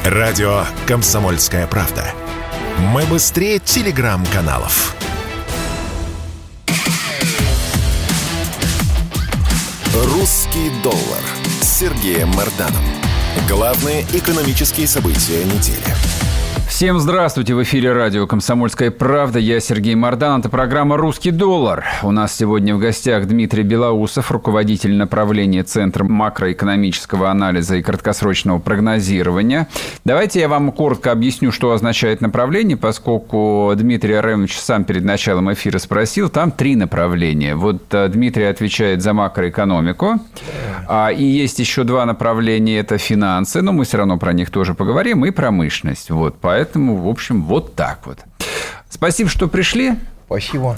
Радио «Комсомольская правда». Мы быстрее телеграм-каналов. «Русский доллар» с Сергеем Марданом. Главные экономические события недели. Всем здравствуйте! В эфире радио «Комсомольская правда». Я Сергей Мардан. Это программа «Русский доллар». У нас сегодня в гостях Дмитрий Белоусов, руководитель направления Центра макроэкономического анализа и краткосрочного прогнозирования. Давайте я вам коротко объясню, что означает направление, поскольку Дмитрий Арэмович сам перед началом эфира спросил. Там 3 направления. Вот Дмитрий отвечает за макроэкономику. И есть еще 2 направления. Это финансы, но мы все равно про них тоже поговорим, и промышленность. Вот, поэтому, в общем, вот так вот. Спасибо, что пришли. Спасибо.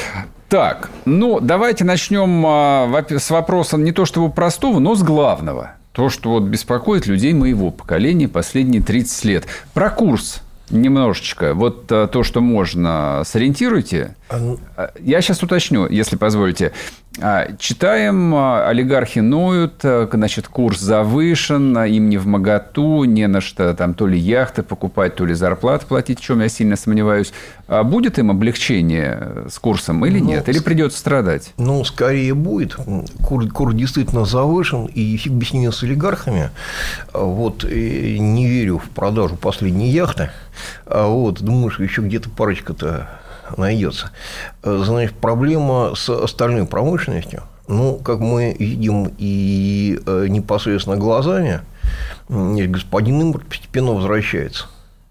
Так, давайте начнем с вопроса не то чтобы простого, но с главного. То, что вот беспокоит людей моего поколения последние 30 лет. Про курс немножечко. Вот то, что можно, сориентируйте. Я сейчас уточню, если позволите. Читаем, олигархи ноют, значит, курс завышен, им не вмоготу, не на что там то ли яхты покупать, то ли зарплаты платить, в чем я сильно сомневаюсь. Будет им облегчение с курсом или нет? Или придется страдать? Скорее будет. Курс действительно завышен, и фиг бы с ними с олигархами. Вот, не верю в продажу последней яхты. Думаю, что еще где-то парочка-то найдется. Значит, проблема с остальной промышленностью, как мы видим и непосредственно глазами, господин импорт постепенно возвращается.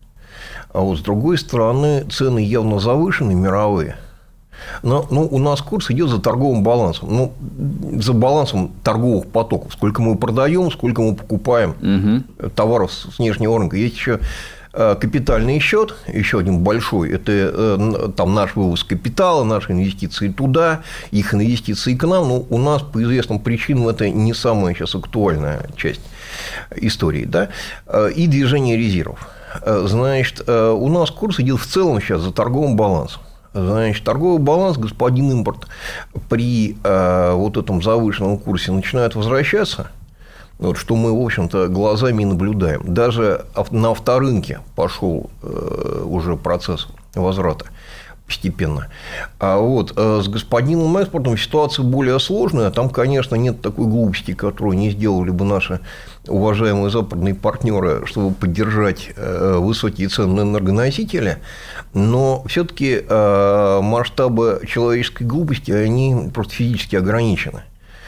А вот с другой стороны, цены явно завышены, мировые. Но у нас курс идет за торговым балансом. За балансом торговых потоков. Сколько мы продаем, сколько мы покупаем товаров с внешнего рынка. Есть еще капитальный счет, еще один большой, это там наш вывоз капитала, наши инвестиции туда, их инвестиции к нам. Но у нас по известным причинам это не самая сейчас актуальная часть истории, да? И движение резервов. Значит, у нас курс идет в целом сейчас за торговым балансом. Значит, торговый баланс, господин импорт, при вот этом завышенном курсе начинает возвращаться. Что мы, в общем-то, глазами наблюдаем. Даже на авторынке пошел уже процесс возврата постепенно. А с господином экспортом ситуация более сложная. Там, конечно, нет такой глупости, которую не сделали бы наши уважаемые западные партнеры, чтобы поддержать высокие цены на энергоносители. Но все-таки масштабы человеческой глупости, они просто физически ограничены.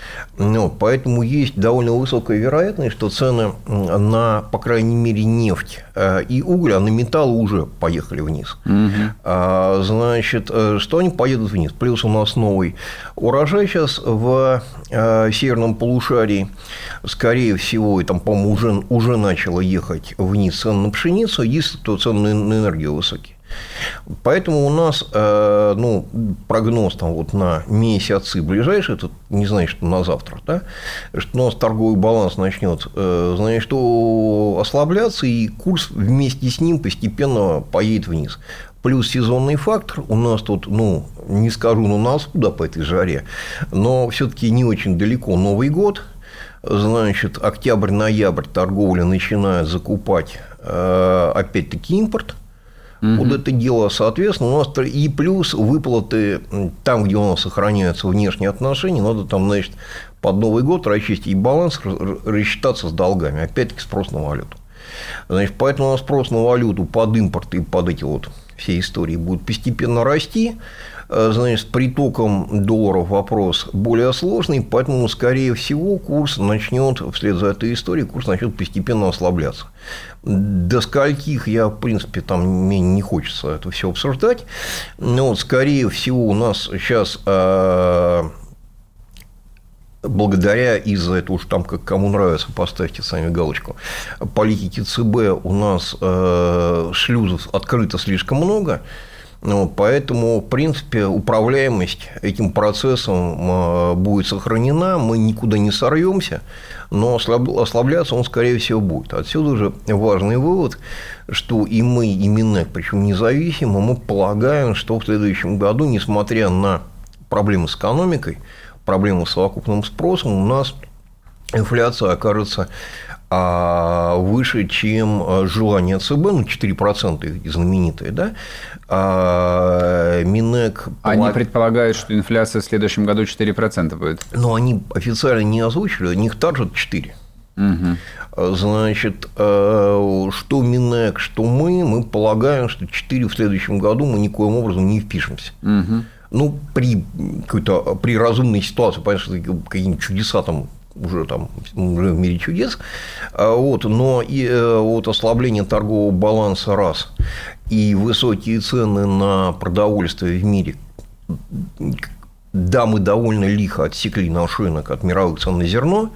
Поэтому есть довольно высокая вероятность, что цены на, по крайней мере, нефть и уголь, а на металл уже поехали вниз. Значит, что они поедут вниз? Плюс у нас новый урожай сейчас в северном полушарии. Скорее всего, и там, по-моему, уже начало ехать вниз цены на пшеницу, единственное, то цены на энергию высокие. Поэтому у нас прогноз на месяцы ближайшие, это не значит, что на завтра, да, что у нас торговый баланс начнет, ослабляться, и курс вместе с ним постепенно поедет вниз. Плюс сезонный фактор. У нас тут, не скажу на носу, да, по этой жаре, но все-таки не очень далеко Новый год. Значит, октябрь-ноябрь торговля начинает закупать опять-таки импорт. Вот это дело, соответственно, у нас и плюс выплаты там, где у нас сохраняются внешние отношения, надо там, значит, под Новый год расчистить баланс, рассчитаться с долгами, опять-таки спрос на валюту. Значит, поэтому у нас спрос на валюту под импорт и под эти все истории будет постепенно расти. Значит, с притоком долларов вопрос более сложный, поэтому, скорее всего, курс начнет, вслед за этой историей, курс начнет постепенно ослабляться. До скольких я, в принципе, там мне не хочется это все обсуждать, но, скорее всего, у нас сейчас благодаря из-за этого, уж там как кому нравится, поставьте сами галочку, политики ЦБ у нас шлюзов открыто слишком много. Поэтому, в принципе, управляемость этим процессом будет сохранена, мы никуда не сорвемся, но ослабляться он, скорее всего, будет. Отсюда же важный вывод, что и мы, и Минэк, причем независимо, мы полагаем, что в следующем году, несмотря на проблемы с экономикой, проблемы с совокупным спросом, у нас инфляция окажется выше, чем желание ЦБ, 4% их знаменитые, да, Минэк... Они предполагают, что инфляция в следующем году 4% будет. Но они официально не озвучили, у них таргет 4%. Угу. Значит, что Минэк, что мы полагаем, что 4 в следующем году мы никоим образом не впишемся. Угу. При разумной ситуации, понятно, что какие-нибудь чудеса там уже в мире чудес, но и ослабление торгового баланса раз, и высокие цены на продовольствие в мире, да, мы довольно лихо отсекли наш рынок от мировых цен на зерно,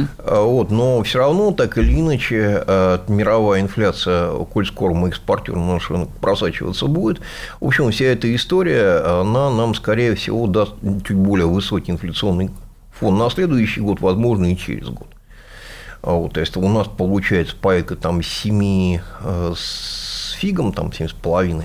но все равно, так или иначе, мировая инфляция, коль скоро мы экспортеры, наш рынок просачиваться будет. В общем, вся эта история, она нам, скорее всего, даст чуть более высокий инфляционный фон на следующий год, возможно, и через год. То есть, у нас получается пайка 7 с фигом, 7,5.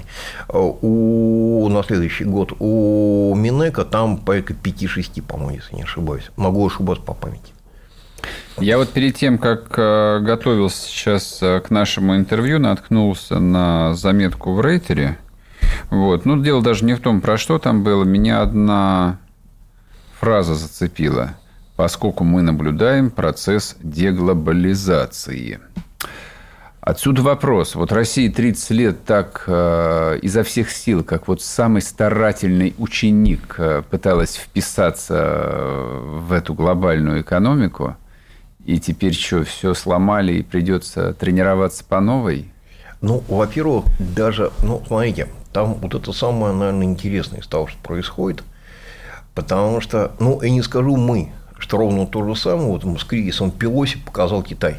На следующий год у Минэка там пайка 5-6, по-моему, если не ошибаюсь. Могу ошибаться по памяти. Я перед тем, как готовился сейчас к нашему интервью, наткнулся на заметку в Рейтере. Дело даже не в том, про что там было. Меня одна фраза зацепила. Поскольку мы наблюдаем процесс деглобализации. Отсюда вопрос. Россия 30 лет так изо всех сил, как самый старательный ученик, пыталась вписаться в эту глобальную экономику, и теперь все сломали, и придется тренироваться по новой? Во-первых, даже, смотрите, там это самое, наверное, интересное из того, что происходит, потому что, я не скажу мы, что ровно то же самое с кризисом Пелоси показал Китай.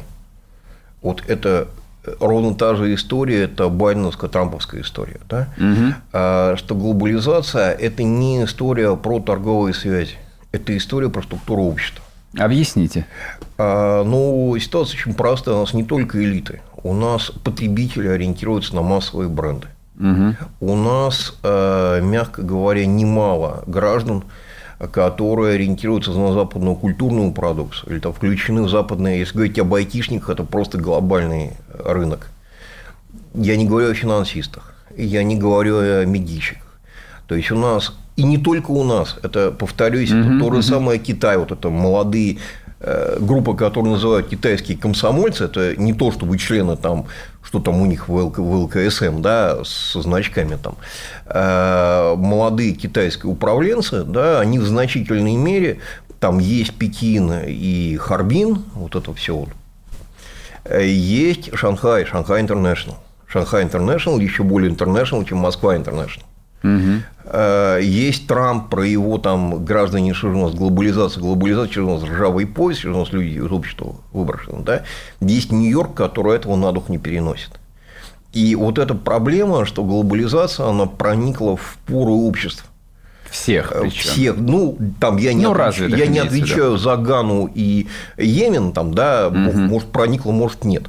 Это ровно та же история, это байденовско-трамповская история. Да? Угу. Что глобализация – это не история про торговые связи, это история про структуру общества. Объясните. Ситуация очень простая. У нас не только элиты. У нас потребители ориентируются на массовые бренды. Угу. У нас, мягко говоря, немало граждан, которые ориентируются на западную культурную продукцию, или включены в западные, если говорить об айтишниках, это просто глобальный рынок. Я не говорю о финансистах, я не говорю о медийщиках. То есть, у нас, и не только у нас, это, повторюсь, это то же самое Китай, это молодые группа, которую называют китайские комсомольцы, это не то, что вы члены что там у них в ЛКСМ, да, со значками молодые китайские управленцы, да, они в значительной мере, там есть Пекин и Харбин, это все, есть Шанхай Интернешнл. Шанхай Интернешнл еще более интернешнл, чем Москва Интернешнл. Угу. Есть Трамп, про его граждане, что у нас глобализация, что у нас ржавый поезд, что у нас люди из общества выброшены. Да? Есть Нью-Йорк, который этого на дух не переносит. И эта проблема, что глобализация, она проникла в поры общества. Всех. Причем. Всех. Я не отвечаю за Гану и Йемен, может, проникло, может, нет.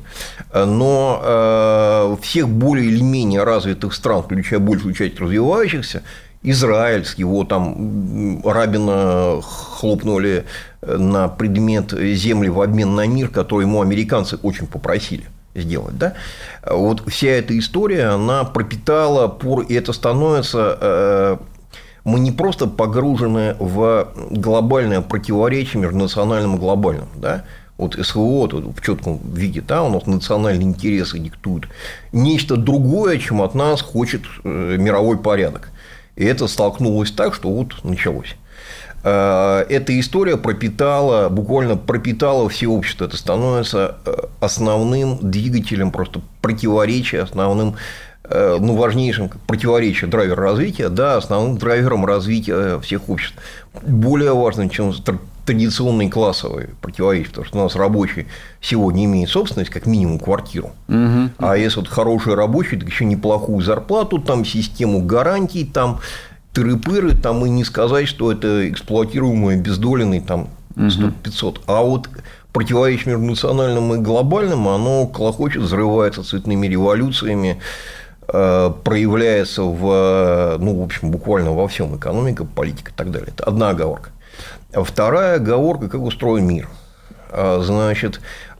Но всех более или менее развитых стран, включая большую часть развивающихся, Израиль с его Рабина хлопнули на предмет земли в обмен на мир, который ему американцы очень попросили сделать. Да? Вся эта история, она пропитала и это становится... Мы не просто погружены в глобальное противоречие между национальным и глобальным. Да? СВО в четком виде, у нас национальные интересы диктуют нечто другое, чем от нас хочет мировой порядок. И это столкнулось так, что началось. Эта история буквально пропитала все общество. Это становится основным двигателем просто противоречия, основным важнейшим противоречием драйвера развития, да, основным драйвером развития всех обществ. Более важным, чем традиционные классовые противоречия, потому что у нас рабочий сегодня имеет собственность, как минимум квартиру, а если хороший рабочий, так еще неплохую зарплату, систему гарантий, тыры-пыры, и не сказать, что это эксплуатируемый обездоленный 100-500. А противоречие между национальным и глобальным, оно клохочет, взрывается цветными революциями, проявляется в общем, буквально во всем: экономика, политика и так далее. Это одна оговорка. Вторая оговорка – как устроен мир. Значит,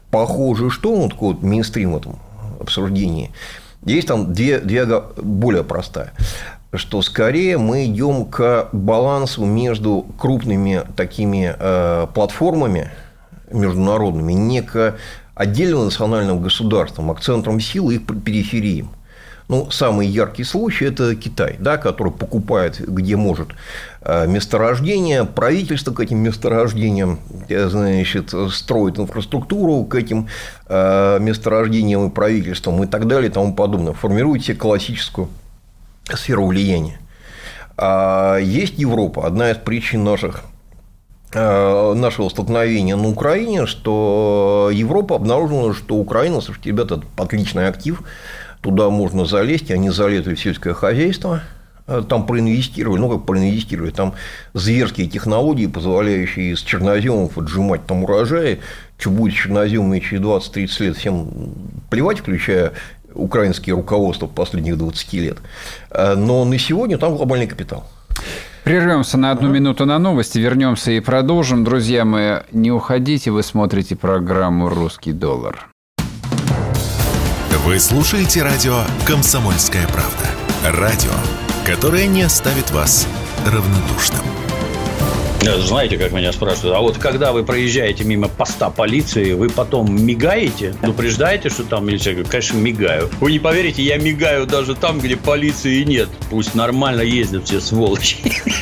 похоже, что ну, такой вот мейнстрим в этом обсуждении. Есть там две более простая, что скорее мы идем к балансу между крупными такими платформами международными, не к отдельным национальным государствам, а к центрам силы и их перифериям. Ну, самый яркий случай – это Китай, да, который покупает, где может, месторождения, правительство к этим месторождениям, значит, строит инфраструктуру к этим месторождениям и правительствам и так далее и тому подобное, формирует себе классическую сферу влияния. А есть Европа. Одна из причин нашего столкновения на Украине, что Европа обнаружила, что Украина, слушайте, ребята, это отличный актив, туда можно залезть, они залезли в сельское хозяйство, там проинвестировали, как проинвестировали, там зверские технологии, позволяющие из черноземов отжимать там урожаи, что будет с черноземами через 20-30 лет, всем плевать, включая украинские руководства последних 20 лет, но на сегодня там глобальный капитал. Прервемся на 1 минуту на новости, вернемся и продолжим. Друзья мои, не уходите, вы смотрите программу «Русский доллар». Вы слушаете радио «Комсомольская правда». Радио, которое не оставит вас равнодушным. Знаете, как меня спрашивают, а вот когда вы проезжаете мимо поста полиции, вы потом мигаете, предупреждаете, что там милиция? Я говорю, конечно, мигаю. Вы не поверите, я мигаю даже там, где полиции нет. Пусть нормально ездят все сволочи.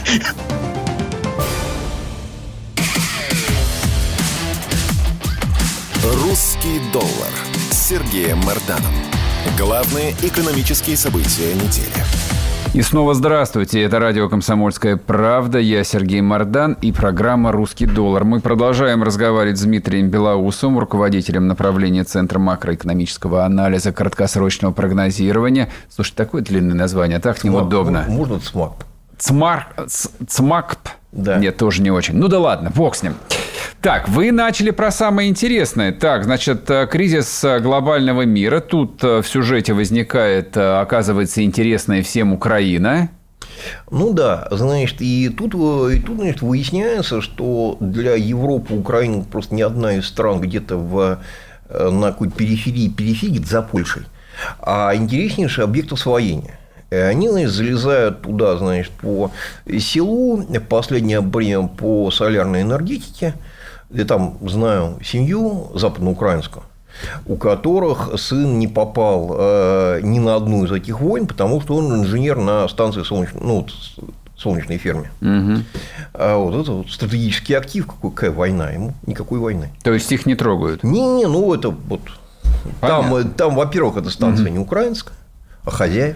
«Русский доллар» с Сергеем Марданом. Главные экономические события недели. И снова здравствуйте. Это радио «Комсомольская правда». Я Сергей Мардан и программа «Русский доллар». Мы продолжаем разговаривать с Дмитрием Белоусовым, руководителем направления Центра макроэкономического анализа краткосрочного прогнозирования. Слушай, такое длинное название, так неудобно. Можно ЦМАКП. ЦМАКП? Да. Нет, тоже не очень. Ну да ладно, бог с ним. Так, вы начали про самое интересное. Так, значит, кризис глобального мира. Тут в сюжете возникает, оказывается, интересная всем Украина. Ну да, значит, и тут значит, выясняется, что для Европы Украина просто не одна из стран где-то на какой-то периферии за Польшей, а интереснейший объект освоения. И они, значит, залезают туда, значит, по селу, в последнее время по солярной энергетике. Я там знаю семью западноукраинскую, у которых сын не попал ни на одну из этих войн, потому что он инженер на станции солнечной ферме. Угу. А вот это вот стратегический актив, какая война, ему никакой войны. То есть их не трогают? Не, ну это вот там, во-первых, эта станция не украинская, а хозяев.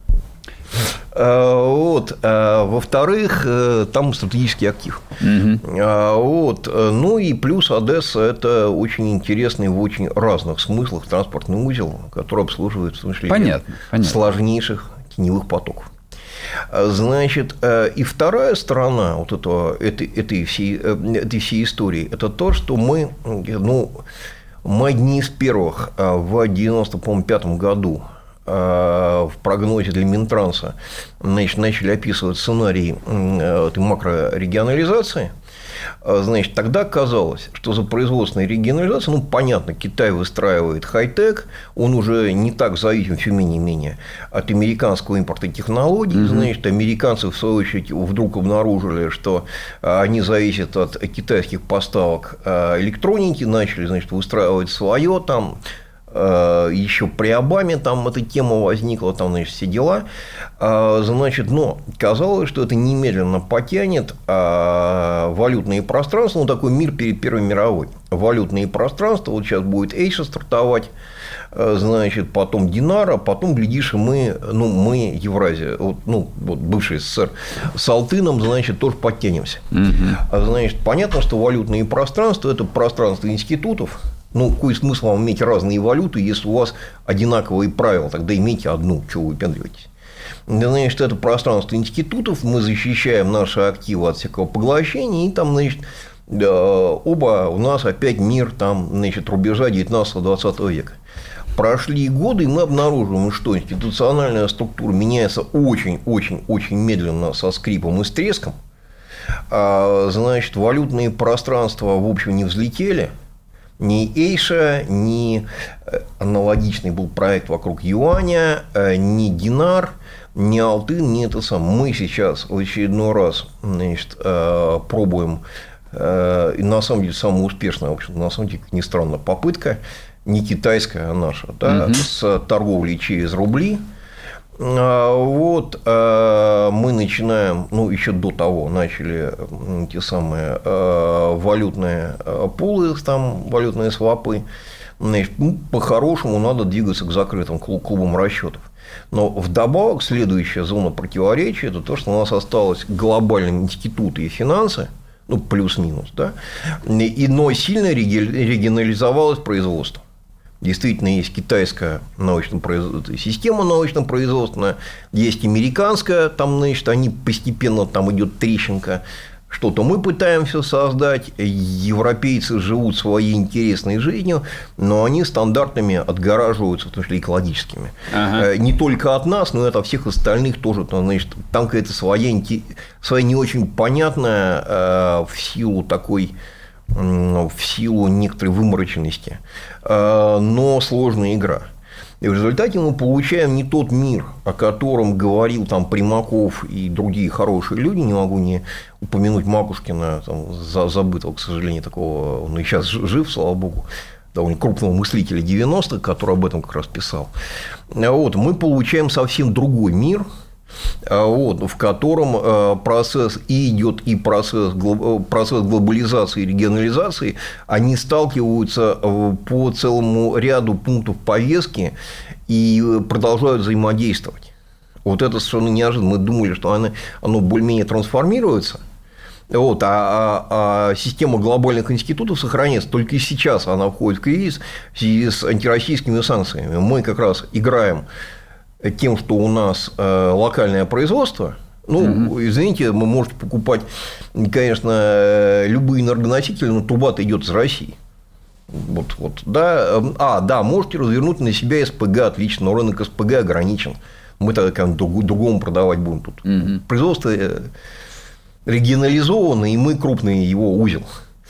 Вот. Во-вторых, там стратегический актив. Вот. Ну и плюс Одесса – это очень интересный в очень разных смыслах транспортный узел, который обслуживает, в смысле, понятно. сложнейших теневых потоков. Значит, и вторая сторона вот этой всей истории – это то, что мы одни из первых в 95-м году в прогнозе для Минтранса начали описывать сценарий этой макрорегионализации. Значит, тогда казалось, что за производственной регионализацией, понятно, Китай выстраивает хай-тек, он уже не так зависим, все менее от американского импорта технологий. Значит, американцы, в свою очередь, вдруг обнаружили, что они зависят от китайских поставок электроники, начали, значит, выстраивать свое там. Еще при Обаме там эта тема возникла, там, значит, все дела. Значит, но казалось, что это немедленно потянет валютные пространства, такой мир перед Первой мировой. Валютные пространства, вот сейчас будет Эйша стартовать, значит, потом Динара, потом, глядишь, и мы Евразия, вот бывший СССР, с Алтыном, значит, тоже подтянемся. Значит, понятно, что валютные пространства – это пространство институтов. Какой смысл вам иметь разные валюты, если у вас одинаковые правила, тогда имейте одну, чего вы выпендриваетесь. Значит, это пространство институтов, мы защищаем наши активы от всякого поглощения, и там, значит, оба у нас опять мир там, значит, рубежа 19-20 века. Прошли годы, и мы обнаруживаем, что институциональная структура меняется очень-очень-очень медленно, со скрипом и с треском. Значит, валютные пространства, в общем, не взлетели. Ни Эйша, ни аналогичный был проект вокруг юаня, ни Динар, ни Алтын, ни это самое. Мы сейчас в очередной раз, значит, пробуем, и на самом деле самая успешная, в общем, на самом деле, как ни странно, попытка, не китайская, а наша, да, с торговлей через рубли. Вот мы начинаем, ну, еще до того начали те самые валютные пулы, там, валютные свапы. Значит, ну, по-хорошему надо двигаться к закрытым клубам расчетов. Но вдобавок следующая зона противоречия – это то, что у нас осталось глобальные институты и финансы, ну, плюс-минус, да, но сильно регионализовалось производство. Действительно, есть китайская система научно-производственная, есть американская, там, значит, они постепенно, там идет трещинка. Что-то мы пытаемся создать, европейцы живут своей интересной жизнью, но они стандартами отгораживаются, в том числе экологическими. Ага. Не только от нас, но и от всех остальных тоже. Значит, там какая-то своя не очень понятная в силу некоторой вымороченности, но сложная игра. И в результате мы получаем не тот мир, о котором говорил там Примаков и другие хорошие люди. Не могу не упомянуть Макушкина, там, забытого, к сожалению, такого, он и сейчас жив, слава богу, довольно крупного мыслителя 90-х, который об этом как раз писал. Вот, мы получаем совсем другой мир, вот, в котором процесс глобализации и регионализации, они сталкиваются по целому ряду пунктов повестки и продолжают взаимодействовать. Вот это совершенно неожиданно. Мы думали, что оно более-менее трансформируется. Вот, а система глобальных институтов сохраняется. Только сейчас она входит в кризис в связи с антироссийскими санкциями. Мы как раз играем тем, что у нас локальное производство. Ну, извините, вы можете покупать, конечно, любые энергоносители, но труба-то идет из России. Вот, да. Да, можете развернуть на себя СПГ, отлично, но рынок СПГ ограничен. Мы тогда другому продавать будем тут. Производство регионализовано, и мы крупный его узел.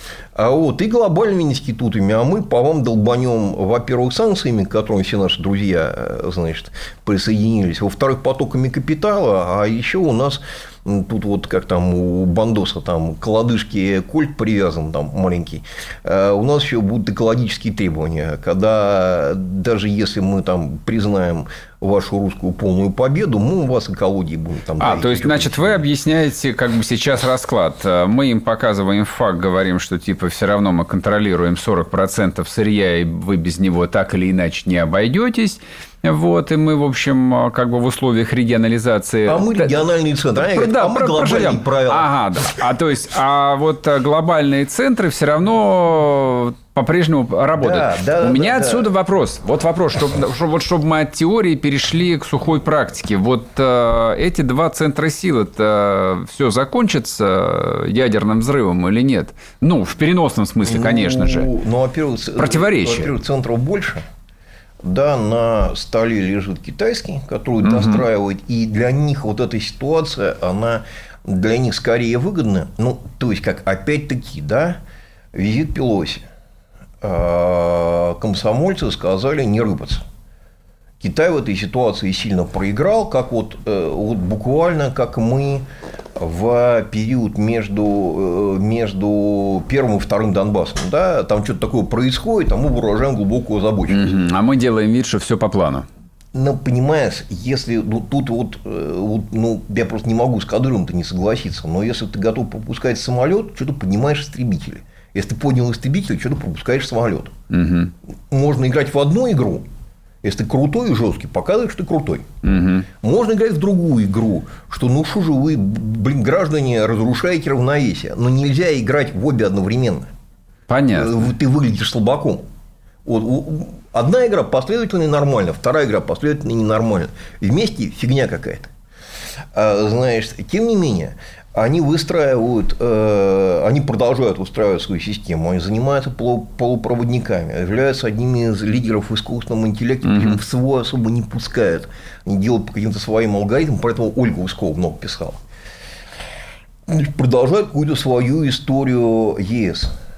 И глобальными институтами, а мы по вам долбанем, во-первых, санкциями, к которым все наши друзья, значит, присоединились, во-вторых, потоками капитала, а еще у нас тут вот как там у Бандоса там к лодыжке кольт привязан там маленький, у нас еще будут экологические требования, когда даже если мы там признаем вашу русскую полную победу, мы у вас экологии будем там. То есть, значит, вы объясняете как бы сейчас расклад. Мы им показываем факт, говорим, что типа все равно мы контролируем 40% сырья, и вы без него так или иначе не обойдетесь. Вот, и мы, в общем, как бы в условиях регионализации... А мы региональные центры, мы глобальные правила. А вот глобальные центры все равно по-прежнему работают. У меня отсюда вопрос. Вот вопрос, чтобы мы от теории перешли к сухой практике. Вот эти два центра сил, это все закончится ядерным взрывом или нет? Ну, в переносном смысле, конечно же. Во-первых, противоречие. Центров больше. Да, на столе лежит китайский, который достраивает, и для них вот эта ситуация, она для них скорее выгодна. Ну, то есть, как опять-таки, да, визит Пелоси. Комсомольцы сказали не рыпаться. Китай в этой ситуации сильно проиграл, как вот буквально как мы в период между первым и вторым Донбассом. Да? Там что-то такое происходит, а мы выражаем глубокую озабоченность. А мы делаем вид, что все по плану. Ну, понимаешь, если тут я просто не могу с кадром-то не согласиться, но если ты готов пропускать самолет, что ты поднимаешь истребители. Если ты поднял истребитель, что ты пропускаешь самолет. Можно играть в одну игру. Если ты крутой и жесткий, показываешь, что ты крутой. Можно играть в другую игру, что что же вы, граждане, разрушаете равновесие. Но нельзя играть в обе одновременно. Понятно. Ты выглядишь слабаком. Одна игра последовательно и нормально, вторая игра последовательно и ненормально. Вместе фигня какая-то. Знаешь, тем не менее, они продолжают устраивать свою систему, они занимаются полупроводниками, являются одними из лидеров в искусственном интеллекте, причем в свой особо не пускают, они делают по каким-то своим алгоритмам, поэтому Ольга Ускова много писала. Продолжают какую-то свою историю ЕС.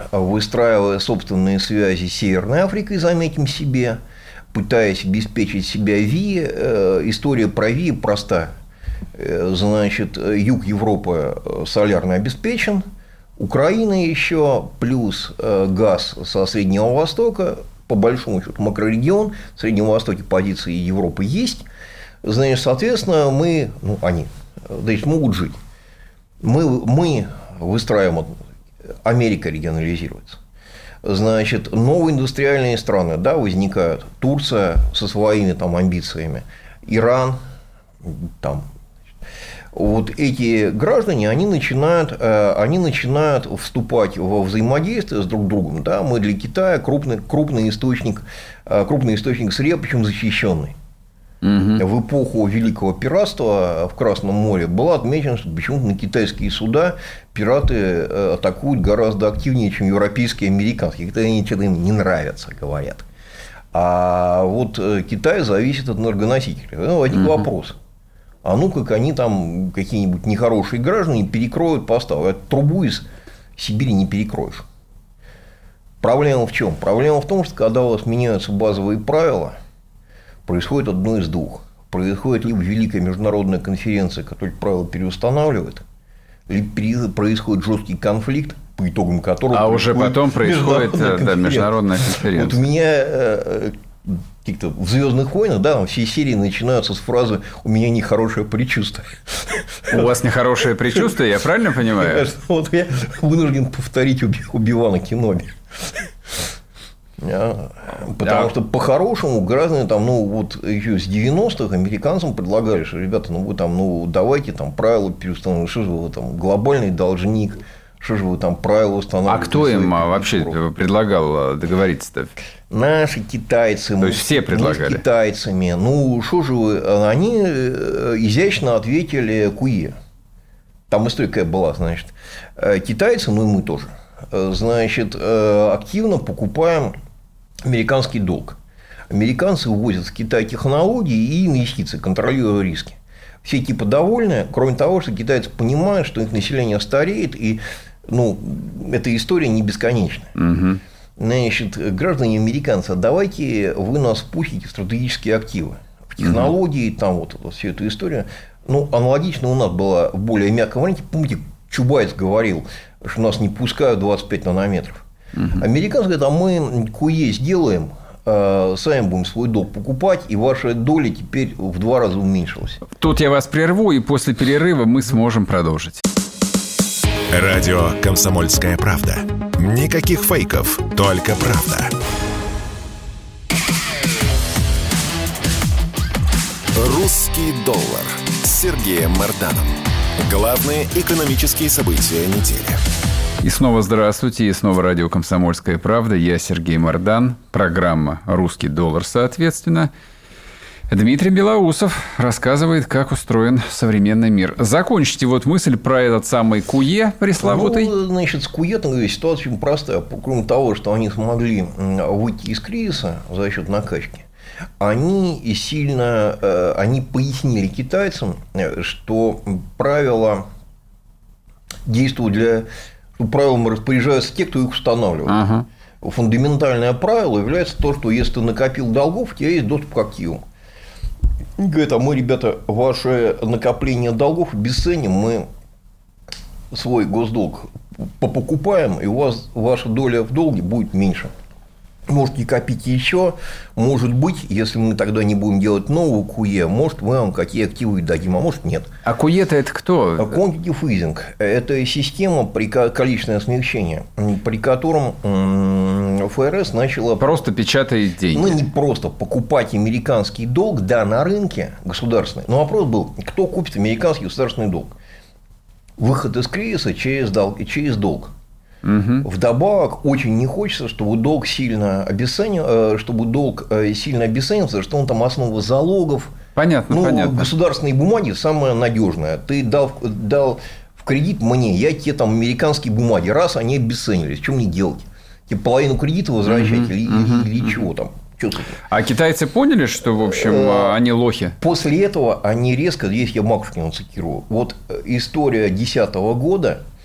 выстраивая собственные связи с Северной Африкой, заметим себе, пытаясь обеспечить себя ВИА. История про ВИА проста. Значит, юг Европы солярно обеспечен, Украина еще, плюс газ со Среднего Востока, по большому счету макрорегион, в Среднем Востоке позиции Европы есть, значит, соответственно, они, значит, могут жить. Мы выстраиваем, Америка регионализируется. Значит, новые индустриальные страны, да, возникают. Турция со своими там амбициями, Иран, там. Вот эти граждане, они начинают вступать во взаимодействие с друг другом. Да? Мы для Китая крупный источник сырья, причем защищенный. В эпоху Великого пиратства в Красном море было отмечено, что почему-то на китайские суда пираты атакуют гораздо активнее, чем европейские и американские. Китайцы им не нравятся, говорят. А вот Китай зависит от энергоносителей. Возник вопрос. А ну как они там, какие-нибудь нехорошие граждане, перекроют поставку. Трубу из Сибири не перекроешь. Проблема в чем? Проблема в том, что когда у вас меняются базовые правила, происходит одно из двух. Происходит либо великая международная конференция, которая правила переустанавливает, либо происходит жесткий конфликт, по итогам которого уже потом происходит международная конференция. Вот у меня в «Звездных войнах», да, все серии начинаются с фразы «у меня нехорошее предчувствие». У вас нехорошее предчувствие, я правильно понимаю? Вот я вынужден повторить Оби-Вана Кеноби. Потому что по-хорошему граждане там, еще с 90-х американцам предлагали, что ребята, вы там, давайте там правила переустановите, что же вы там глобальный должник, что же вы там правила устанавливаете. А кто им вообще предлагал договориться-то? Наши китайцы. То есть все предлагали? Мы с китайцами. Что же вы? Они изящно ответили КУЕ. Там история какая была, значит. Китайцы, и мы тоже, значит, активно покупаем американский долг. Американцы ввозят в Китай технологии и инвестиции, контролируя риски. Все типа довольны, кроме того, что китайцы понимают, что их население стареет, и эта история не бесконечна. Значит, граждане американцы, давайте вы нас впустите в стратегические активы, в технологии, там вот всю эту историю. Аналогично у нас была в более мягком варианте. Помните, Чубайс говорил, что нас не пускают 25 нанометров. Американцы говорят, а мы КУЕ сделаем, сами будем свой долг покупать, и ваша доля теперь в 2 раза уменьшилась. Тут я вас прерву, и после перерыва мы сможем продолжить. Радио «Комсомольская правда». Никаких фейков, только правда. «Русский доллар» с Сергеем Марданом. Главные экономические события недели. И снова здравствуйте, и снова радио «Комсомольская правда». Я Сергей Мардан, программа «Русский доллар», соответственно. Дмитрий Белоусов рассказывает, как устроен современный мир. Закончите мысль про этот самый КУЕ пресловутый. Значит, с КУЕ ситуация очень простая. Кроме того, что они смогли выйти из кризиса за счет накачки, они пояснили китайцам, что правила действуют правилами распоряжаются те, кто их устанавливает. Фундаментальное правило является то, что если ты накопил долгов, у тебя есть доступ к активам. Говорят, мы, ребята, ваше накопление долгов обесценим, мы свой госдолг покупаем, и у вас ваша доля в долге будет меньше. Можете копить еще, может быть, если мы тогда не будем делать новую КУЕ, может, мы вам какие активы дадим, а может, нет. А КУЕ-то это кто? Quantitative easing – это система количественное смягчение, при котором ФРС начала… Просто печатает деньги. Не просто покупать американский долг, да, на рынке государственный. Но вопрос был, кто купит американский государственный долг? Выход из кризиса через долг. Вдобавок, очень не хочется, чтобы долг сильно обесценивался, что он там основа залогов. Понятно. Государственные бумаги самое надежное. Ты дал в кредит мне, я тебе там американские бумаги, раз они обесценились, что мне делать? Тебе половину кредита возвращать или чего там? А китайцы поняли, что, в общем, они лохи? После этого они резко, здесь я Макушкина цитирую, вот история 2010 года,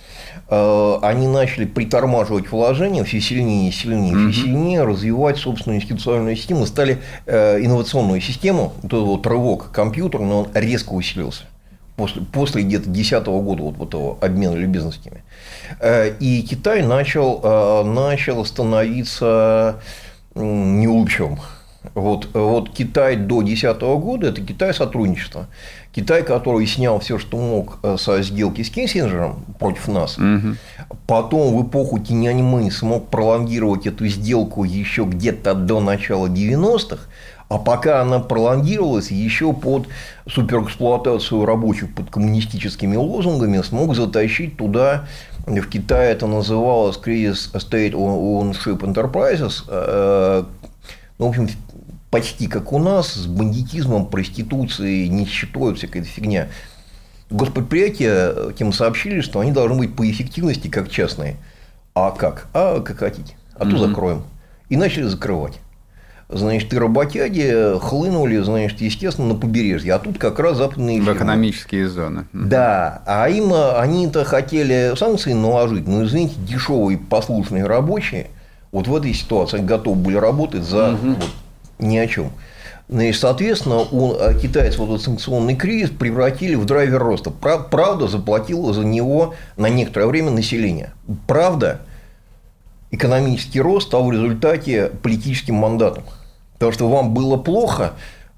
они начали притормаживать вложения все сильнее и сильнее, все сильнее развивать собственную институциональную систему, стали инновационную систему, вот этот вот рывок компьютерный, он резко усилился. После где-то 2010 года вот этого обмена любезностями. И Китай начал становиться неулыбчивым. Вот Китай до 2010 года – это Китай сотрудничества. Китай, который снял все, что мог со сделки с Киссинджером против нас. Потом в эпоху Тяньаньмэнь смог пролонгировать эту сделку еще где-то до начала 90-х. А пока она пролонгировалась, еще под суперэксплуатацию рабочих под коммунистическими лозунгами смог затащить туда, в Китае это называлось кризис State Ownership Enterprises, в общем, почти как у нас, с бандитизмом, проституцией, нищетой, всякая фигня. Госпредприятия тем сообщили, что они должны быть по эффективности как частные. А как? А как хотите. А то закроем. И начали закрывать. Значит, и работяги хлынули, значит, естественно, на побережье. А тут как раз западные фирмы. В экономические зоны. Да. А они-то хотели санкции наложить, но, извините, дешевые послушные рабочие вот в этой ситуации готовы были работать за ни о чем. Значит, соответственно, китайцы вот этот санкционный кризис превратили в драйвер роста. Правда заплатила за него на некоторое время население. Правда, экономический рост стал в результате политическим мандатом. Потому что вам было плохо,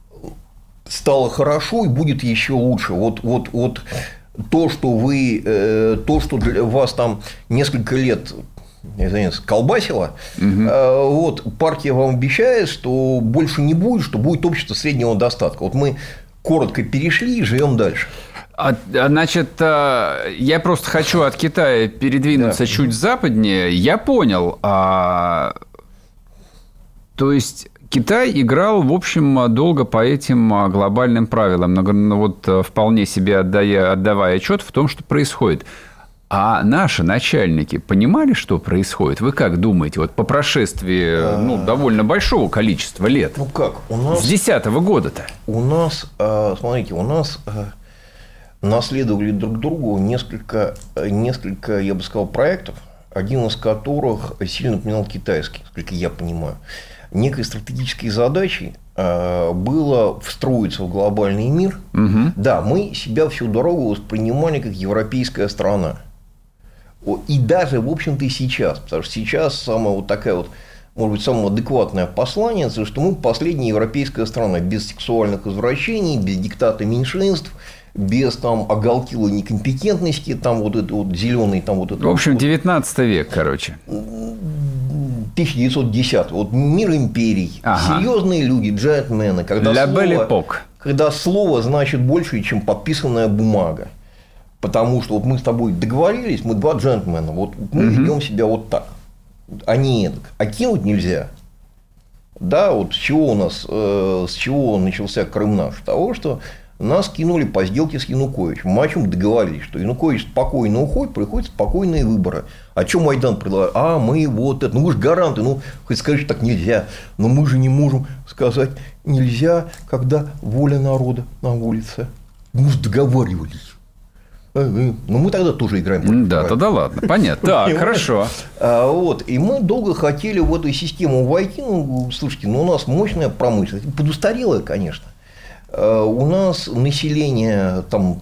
стало хорошо и будет еще лучше. Вот то, что для вас там несколько лет колбасило, вот партия вам обещает, что больше не будет, что будет общество среднего достатка. Вот мы коротко перешли и живем дальше. Значит, я просто хочу от Китая передвинуться чуть западнее. Я понял. То есть Китай играл, в общем, долго по этим глобальным правилам, но вот вполне себе отдавая отчет в том, что происходит. А наши начальники понимали, что происходит? Вы как думаете, вот по прошествии довольно большого количества лет? Ну как? У нас... С 10-го года-то? У нас, смотрите, наследовали друг другу несколько, я бы сказал, проектов, один из которых сильно напоминал китайский, насколько я понимаю. Некой стратегической задачей было встроиться в глобальный мир. Да, мы себя всю дорогу воспринимали как европейская страна. И даже, в общем-то, и сейчас. Потому что сейчас самая вот такая вот, может быть, самое адекватное послание, что мы последняя европейская страна без сексуальных извращений, без диктата меньшинств, без там оголтилой некомпетентности, там вот это вот зеленый, там вот это. В общем, 19 век, короче. 1910. Вот мир империй, серьезные люди, джентльмены, когда слово значит больше, чем подписанная бумага. Потому что вот мы с тобой договорились, мы два джентльмена, вот мы ведем себя вот так, а не так. А кинуть нельзя. Да, вот с чего начался Крым наш? С того, что нас кинули по сделке с Януковичем. Мы о чем договорились, что Янукович спокойно уходит, приходят спокойные выборы. А что Майдан предлагает? Мы вот это, вы же гаранты, хоть скажите, так нельзя. Но мы же не можем сказать нельзя, когда воля народа на улице. Мы же договаривались. Мы тогда тоже играем. Да, тогда ладно, понятно. Так, хорошо. И мы долго хотели в эту систему войти. Слушайте, у нас мощная промышленность, подустарелая, конечно. У нас население там,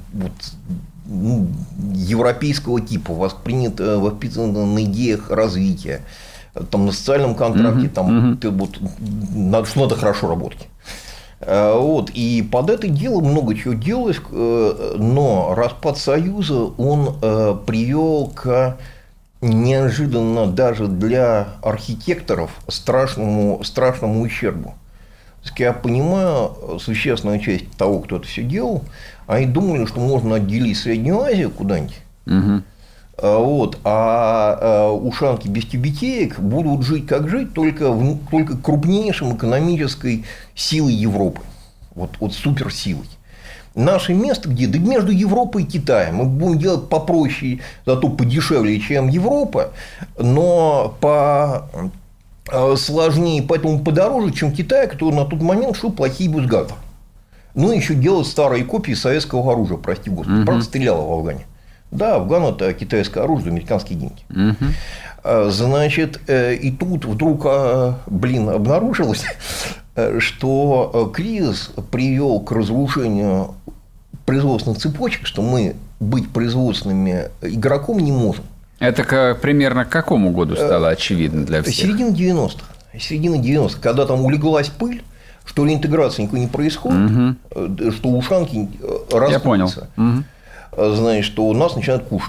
европейского типа воспитано на идеях развития, там, на социальном контракте, там, что надо хорошо работать. И под это дело много чего делалось, но распад Союза он привел к неожиданно даже для архитекторов страшному ущербу. Я понимаю, существенная часть того, кто это все делал, они думали, что можно отделить Среднюю Азию куда-нибудь, а ушанки без тюбетеек будут жить как жить, только крупнейшим экономической силой Европы, вот суперсилой. Наше место где? Да между Европой и Китаем. Мы будем делать попроще, зато подешевле, чем Европа, но сложнее, поэтому подороже, чем Китай, который на тот момент шел плохие бюстгальтеры. Еще делать старые копии советского оружия, прости господи, правда, стреляло в Афгане. Да, Афган – это китайское оружие, американские деньги. Значит, и тут вдруг, обнаружилось, что кризис привел к разрушению производственных цепочек, что мы быть производственными игроком не можем. Это примерно к какому году стало очевидно для всех? Середина 90-х. Когда там улеглась пыль, что реинтеграция никакой не происходит, что ушанки расходятся. Значит, что нас начинают кушать.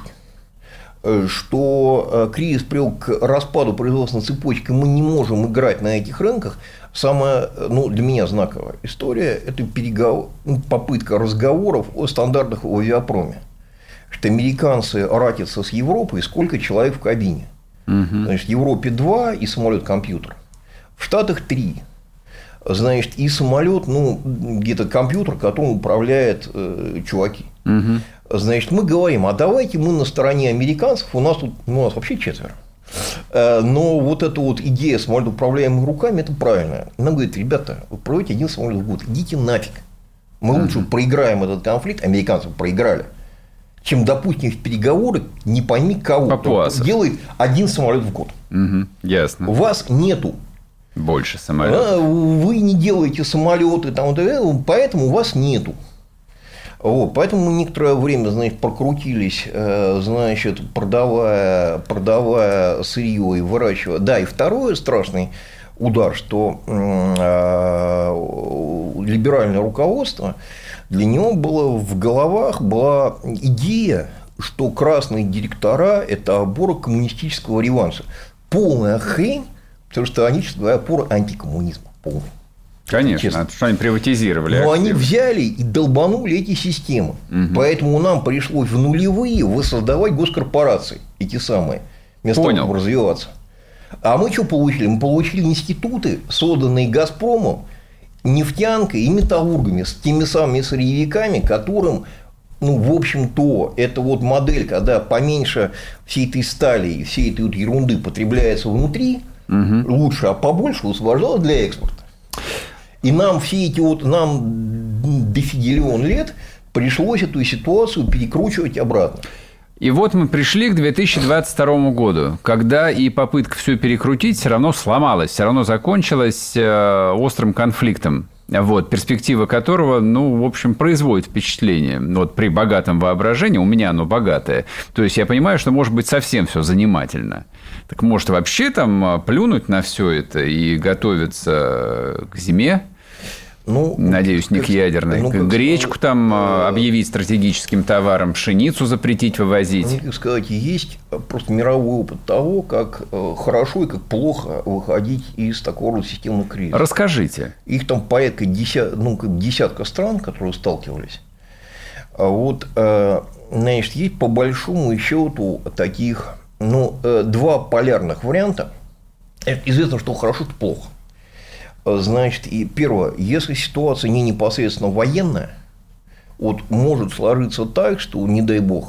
Что кризис привел к распаду производственной цепочки, мы не можем играть на этих рынках. Самая, для меня знаковая история – это попытка разговоров о стандартах в авиапроме. Что американцы ратятся с Европой, сколько человек в кабине. Значит, в Европе 2 и самолет-компьютер. В Штатах 3. Значит, и самолет, где-то компьютер, которым управляют чуваки. Значит, мы говорим, а давайте мы на стороне американцев, у нас вообще 4. Но вот эта вот идея самолета управляемыми руками, это правильно. Нам говорят, ребята, вы проводите один самолет в год, идите нафиг. Мы лучше проиграем этот конфликт, американцы проиграли, чем допустим в переговоры не пойми кого, кто делает один самолет в год. Ясно. У вас нету больше самолетов. Вы не делаете самолеты, поэтому у вас нету. Вот, поэтому мы некоторое время, значит, прокрутились, значит, продавая сырье и выращивая. Да, и второй страшный удар, что либеральное руководство, для него в головах была идея, что красные директора – это оборот коммунистического реванша. Полная хрень, потому что они, честно говоря, опора антикоммунизма. Полный. Конечно, что они приватизировали. Но они взяли и долбанули эти системы. Поэтому нам пришлось в нулевые воссоздавать госкорпорации, эти самые, вместо того, чтобы развиваться. А мы что получили? Мы получили институты, созданные «Газпромом», нефтянкой и металлургами, с теми самыми сырьевиками, которым, в общем-то, это вот модель, когда поменьше всей этой стали и всей этой вот ерунды потребляется внутри, лучше, а побольше освобождалось для экспорта. И нам нам дофигелион лет пришлось эту ситуацию перекручивать обратно. И вот мы пришли к 2022 году, когда и попытка все перекрутить все равно сломалась, все равно закончилась острым конфликтом, перспектива которого, в общем, производит впечатление. При богатом воображении, у меня оно богатое, то есть я понимаю, что может быть совсем все занимательно. Так может вообще там плюнуть на все это и готовиться к зиме? Надеюсь, не к ядерной. Гречку там объявить стратегическим товаром, пшеницу запретить вывозить. Так сказать, есть просто мировой опыт того, как хорошо и как плохо выходить из такого системного кризиса. Расскажите. Их там порядка десятка стран, которые сталкивались. Значит, есть по большому счету таких два полярных варианта. Известно, что хорошо, что плохо. Значит, и первое, если ситуация не непосредственно военная, может сложиться так, что, не дай бог,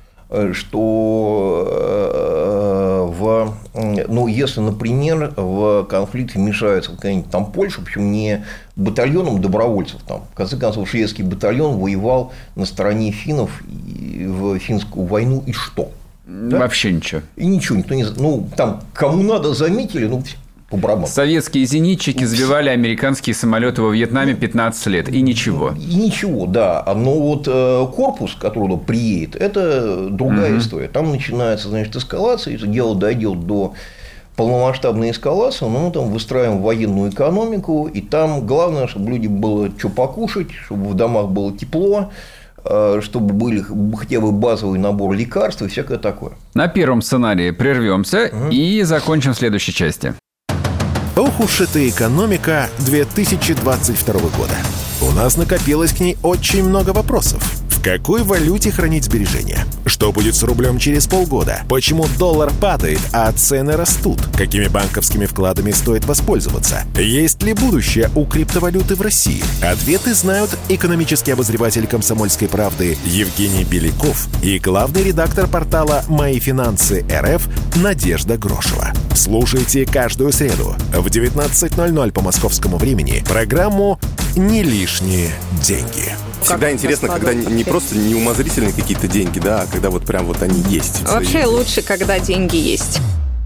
что если, например, в конфликт вмешается какая-нибудь там Польша, причем не батальоном добровольцев, там, в конце концов, шведский батальон воевал на стороне финнов в финскую войну, и что? Да? Вообще ничего. И ничего, никто не... там, кому надо, заметили, советские зенитчики сбивали американские самолеты во Вьетнаме 15 лет, и ничего. И ничего, да. Но корпус, который приедет, это другая история. Там начинается, значит, эскалация, если дело дойдет до полномасштабной эскалации, мы там выстраиваем военную экономику, и там главное, чтобы людям было что покушать, чтобы в домах было тепло, чтобы были хотя бы базовый набор лекарств и всякое такое. На первом сценарии прервемся и закончим в следующей части. Ох уж эта экономика 2022 года. У нас накопилось к ней очень много вопросов. В какой валюте хранить сбережения? Что будет с рублем через полгода? Почему доллар падает, а цены растут? Какими банковскими вкладами стоит воспользоваться? Есть ли будущее у криптовалюты в России? Ответы знают экономический обозреватель «Комсомольской правды» Евгений Беляков и главный редактор портала «Мои финансы РФ» Надежда Грошева. Слушайте каждую среду в 19:00 по московскому времени программу «Не лишние деньги». Всегда интересно, когда не просто неумозрительные какие-то деньги, да, а когда вот прям вот они есть. Вообще лучше, когда деньги есть.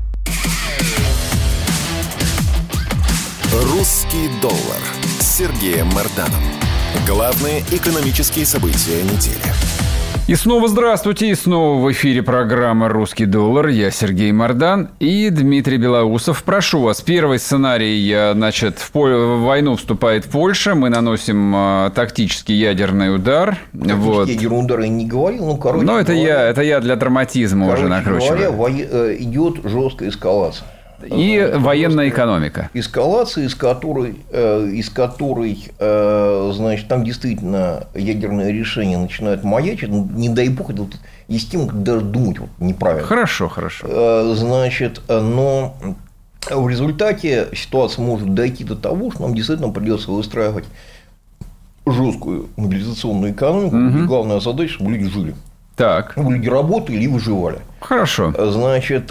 «Русский доллар» с Сергеем Марданом. Главные экономические события недели. И снова здравствуйте, и снова в эфире программа «Русский доллар». Я Сергей Мардан и Дмитрий Белоусов. Прошу вас, первый сценарий, значит, в войну вступает Польша, мы наносим тактический ядерный удар. Вот. Ядерный удар я не говорил, ну, короче это я для драматизма уже накручиваю. Говоря, идет жесткая эскалация. И военная экономика. Эскалация, из которой, значит, там действительно ядерное решение начинает маячить. Не дай бог, это вот есть тема, даже думать вот неправильно. Хорошо. Значит, но в результате ситуация может дойти до того, что нам действительно придется выстраивать жесткую мобилизационную экономику. И главная задача, чтобы люди жили. Так. Люди работали и выживали. Хорошо. Значит,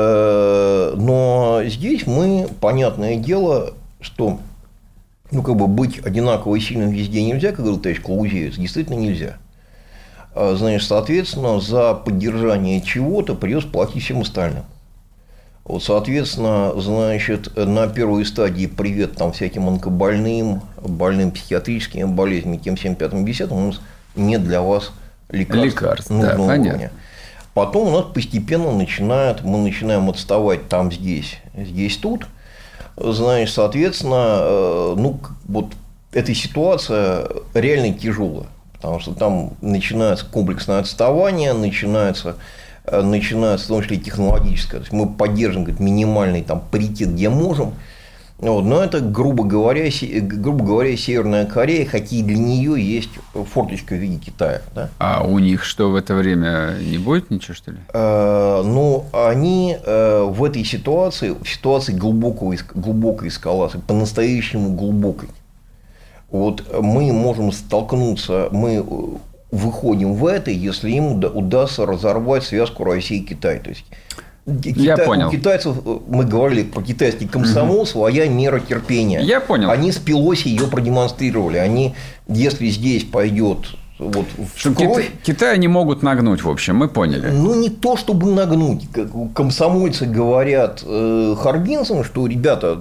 но здесь мы, понятное дело, что быть одинаково сильным везде нельзя, как говорил товарищ Клаузевиц, действительно нельзя. Значит, соответственно, за поддержание чего-то придется платить всем остальным. Вот, соответственно, значит, на первой стадии привет там всяким онкобольным, больным психиатрическими болезнями, тем 7, 5, 10, у нас нет для вас лекарств нужного уровня. Потом у нас постепенно мы начинаем отставать там, здесь, тут. Значит, соответственно, эта ситуация реально тяжелая, потому что там начинается комплексное отставание, начинается в том числе и технологическое. То есть мы поддерживаем минимальный там паритет, где можем. Вот, но это, грубо говоря, Северная Корея, хотя и для нее есть форточка в виде Китая. Да? А у них что, в это время не будет ничего, что ли? Они в этой ситуации, в ситуации глубокой эскалации, по-настоящему глубокой, вот мы можем столкнуться, мы выходим в это, если им удастся разорвать связку России и Китая. То есть, я понял. У китайцев, мы говорили про китайский комсомол, своя мера терпения. Я понял. Они с Пелоси ее продемонстрировали. Они, если здесь пойдет вот в кровь... Китай не могут нагнуть, в общем, мы поняли. Не то, чтобы нагнуть. Комсомольцы говорят харбинцам, что, ребята,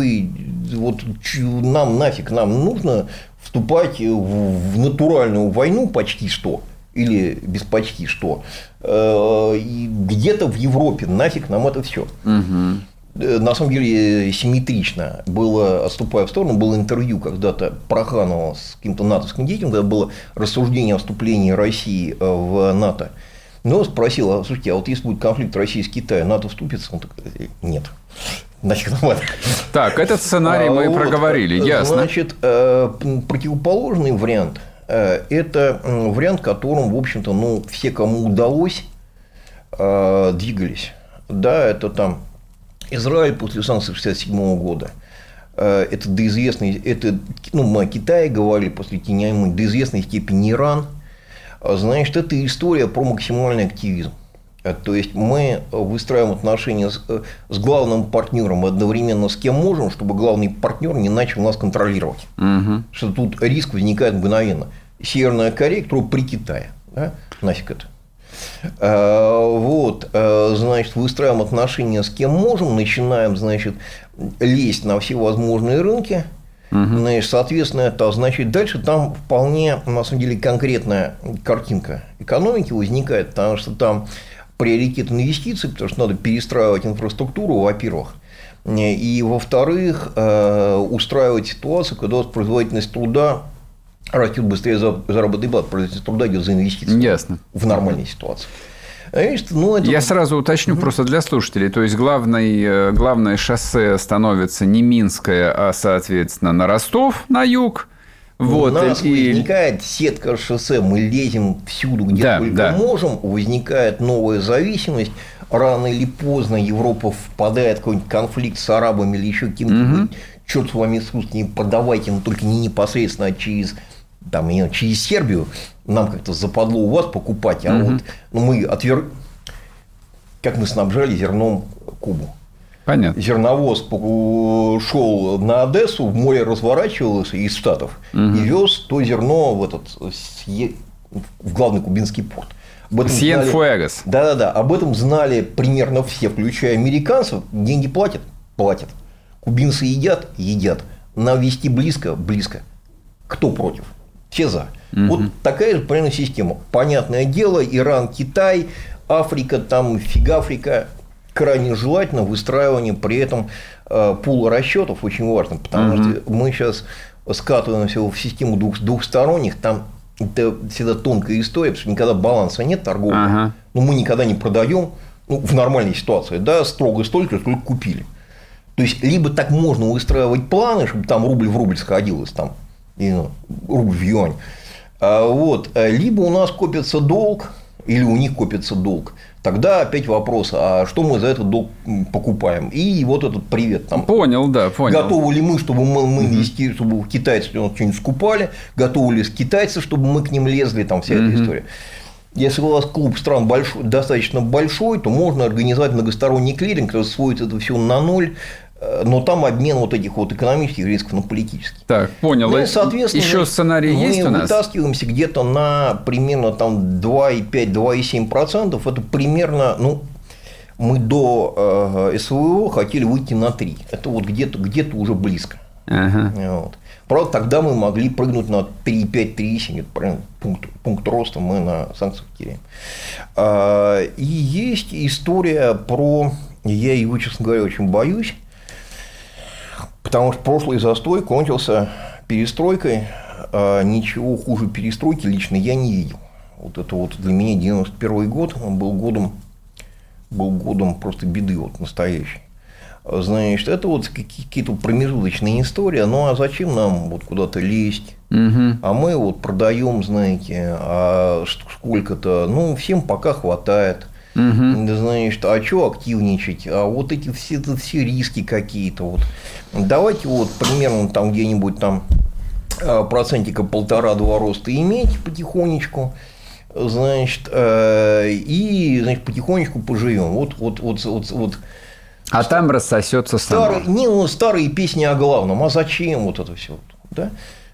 нам нужно вступать в натуральную войну почти что. Или без почти что, где-то в Европе, нафиг нам это все. На самом деле симметрично было, отступая в сторону, было интервью когда-то Проханова с каким-то натовским деятелем, когда было рассуждение о вступлении России в НАТО. Но спросил, слушайте, а вот если будет конфликт России с Китаем, НАТО вступится? Он такой, нет. Нафиг нам это. Так, этот сценарий мы проговорили, ясно. Значит, противоположный вариант. Это вариант, которым, в общем-то, все, кому удалось, двигались. Да, это там Израиль после санкций 1967 года. Это до известной, мы о Китае говорили после Тиньаньмэнь, до известной степени Иран. Значит, это история про максимальный активизм. То есть мы выстраиваем отношения с главным партнером одновременно с кем можем, чтобы главный партнер не начал нас контролировать. Что тут риск возникает мгновенно. Северная Корея, которая при Китае. Да? Нафиг это. Вот, значит, выстраиваем отношения с кем можем, начинаем, значит, лезть на все возможные рынки. Значит, соответственно, это означает дальше там вполне, на самом деле, конкретная картинка экономики возникает, потому что там приоритет инвестиций, потому что надо перестраивать инфраструктуру, во-первых, и, во-вторых, устраивать ситуацию, когда производительность труда растет быстрее заработной платы, производительность труда идет за инвестиции. Ясно. В нормальной ситуации. Я сразу уточню просто для слушателей. То есть, главное шоссе становится не Минское, а, соответственно, на Ростов, на юг. Вот, у нас возникает сетка шоссе, мы лезем всюду, где только можем, возникает новая зависимость, рано или поздно Европа впадает в какой-нибудь конфликт с арабами или еще каким-то, черт с вами с русскими, продавайте, но только не непосредственно, а через Сербию, нам как-то западло у вас покупать, а вот мы как мы снабжали зерном Кубу. Понятно. Зерновоз шел на Одессу, в море разворачивался из Штатов и вез то зерно в главный кубинский порт. Сьен-Фуэгас. Да. Об этом знали примерно все, включая американцев. Деньги платят. Кубинцы едят. Нам везти близко. Кто против? Все за. Вот такая же примерно система. Понятное дело, Иран, Китай, Африка, там Фигафрика. Крайне желательно выстраивание при этом пула расчетов очень важно, потому что мы сейчас скатываемся в систему двухсторонних, там это всегда тонкая история, потому что никогда баланса нет торгового, но мы никогда не продаем в нормальной ситуации, да, строго столько, сколько купили. То есть либо так можно выстраивать планы, чтобы там рубль в рубль сходилось, там, рубль в юань, либо у нас копится долг, или у них копится долг. Тогда опять вопрос, а что мы за этот долг покупаем? И вот этот привет. Там, понял. Готовы ли мы, чтобы мы инвестировали, чтобы китайцы что-нибудь скупали? Готовы ли китайцы, чтобы мы к ним лезли? Там вся эта история. Если у вас клуб стран достаточно большой, то можно организовать многосторонний клиринг, который сводит это все на ноль. Но там обмен вот этих вот экономических рисков на политических. Так, понял. Ну, соответственно, еще сценарий есть у нас? Мы вытаскиваемся где-то на примерно там 2,5-2,7%. Это примерно, мы до СВО хотели выйти на 3%. Это вот где-то уже близко. Правда, тогда мы могли прыгнуть на 3,5-3,7%. Это правильно, пункт роста мы на санкциях теряем. И есть история про... Я его, честно говоря, очень боюсь. Потому что прошлый застой кончился перестройкой, а ничего хуже перестройки лично я не видел. Вот это вот для меня 91 год был годом просто беды вот настоящей. Значит, это вот какие-то промежуточные истории. Ну а зачем нам вот куда-то лезть? А мы вот продаем, знаете, а сколько-то, всем пока хватает. Значит, а что активничать? А вот эти все риски какие-то. Вот. Давайте вот примерно там где-нибудь там 1,5% роста иметь потихонечку. Значит, и потихонечку поживем. Вот. А там рассосется само. Старые песни о главном. А зачем вот это все? Да?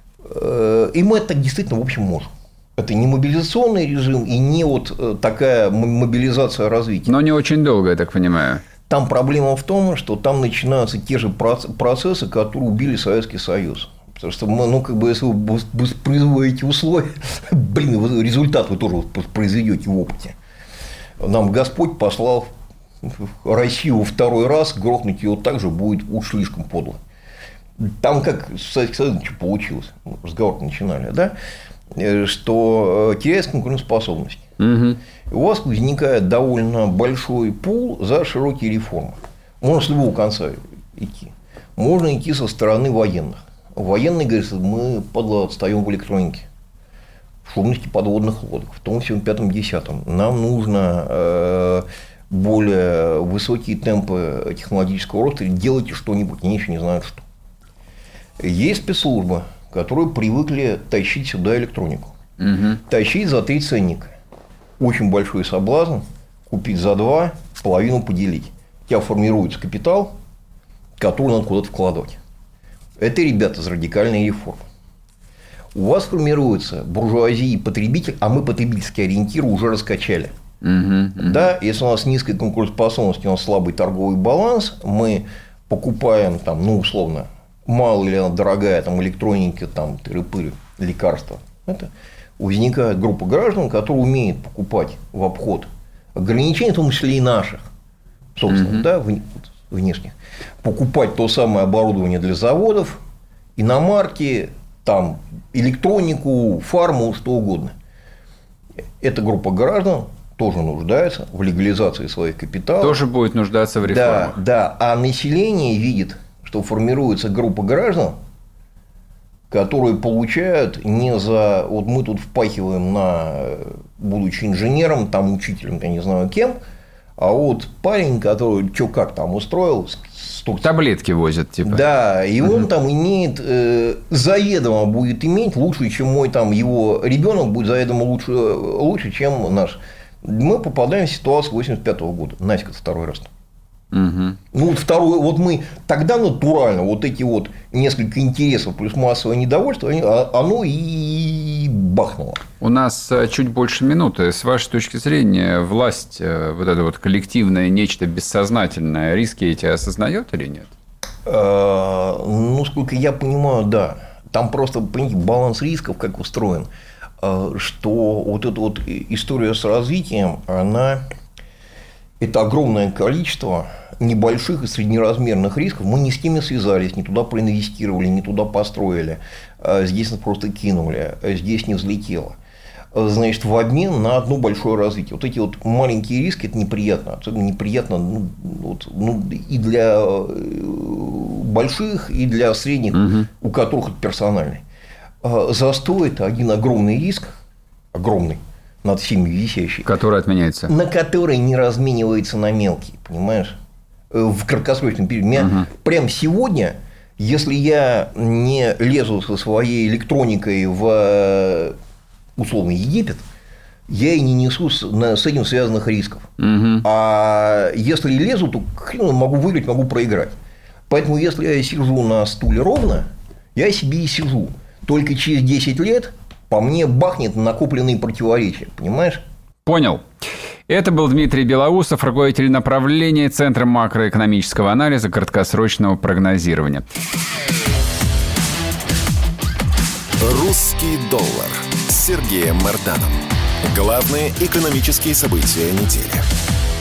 И мы это действительно, в общем, можем. Это не мобилизационный режим и не вот такая мобилизация развития. Но не очень долго, я так понимаю. Там проблема в том, что там начинаются те же процессы, которые убили Советский Союз. Потому что если вы производите условия, результат вы тоже произведете в опыте. Нам Господь послал Россию во второй раз, грохнуть ее также будет уж слишком подло. Там как Советский Союз получилось, разговор начинали, да? Что теряется конкурентоспособность. У вас возникает довольно большой пул за широкие реформы. Можно с любого конца идти. Можно идти со стороны военных. Военные говорят, что мы подло отстаем в электронике, в шумности подводных лодок, в том всем 5-10. Нам нужно более высокие темпы технологического роста. Делайте что-нибудь, они еще не знают что. Есть спецслужбы, которые привыкли тащить сюда электронику. Тащить за 3 ценника. Очень большой соблазн купить за 2, половину поделить. У тебя формируется капитал, который надо куда-то вкладывать. Это ребята из радикальной реформы. У вас формируется буржуазия и потребитель, а мы потребительский ориентир уже раскачали. Да, если у нас низкая конкурентоспособность, у нас слабый торговый баланс, мы покупаем там, условно, мало или дорогая там, электроника, там, тыры-пыры, лекарства. Это возникает группа граждан, которые умеют покупать в обход ограничений, в том числе и наших, собственно, да, внешних. Покупать то самое оборудование для заводов, иномарки, там, электронику, фарму, что угодно. Эта группа граждан тоже нуждается в легализации своих капиталов. Тоже будет нуждаться в реформах. Да. А население видит, что формируется группа граждан, которые получают не за... Вот мы тут впахиваем будучи инженером, там учителем, я не знаю кем, а вот парень, который что как там устроил... Таблетки возят, типа. Да, и он там имеет, заведомо будет иметь лучше, чем мой там, его ребенок будет заведомо лучше, чем наш. Мы попадаем в ситуацию 85 года. Нафиг это второй раз. Угу. Ну, вот второе, вот мы тогда натурально вот эти вот несколько интересов плюс массовое недовольство, оно и бахнуло. У нас чуть больше минуты. С вашей точки зрения, власть, вот это вот коллективное нечто бессознательное, риски эти осознает или нет? Ну, сколько я понимаю, да. Там просто, понимаете, баланс рисков как устроен, что вот эта вот история с развитием, это огромное количество небольших и среднеразмерных рисков. Мы ни с кем не связались, не туда проинвестировали, не туда построили. Здесь нас просто кинули, здесь не взлетело. Значит, в обмен на одно большое развитие. Вот эти вот маленькие риски – это неприятно. Особенно неприятно и для больших, и для средних, у которых это персональный. Застой – это один огромный риск, огромный, над всеми висящий. Который отменяется. На который не разменивается на мелкие, понимаешь? В краткосрочном периоде. Прямо сегодня, если я не лезу со своей электроникой в условный Египет, я и не несу с этим связанных рисков. А если лезу, то могу выиграть, могу проиграть. Поэтому, если я сижу на стуле ровно, я себе и сижу. Только через 10 лет по мне бахнет накопленные противоречия. Понимаешь? Понял. Это был Дмитрий Белоусов, руководитель направления Центра макроэкономического анализа краткосрочного прогнозирования. «Русский доллар» с Сергеем Марданом. Главные экономические события недели.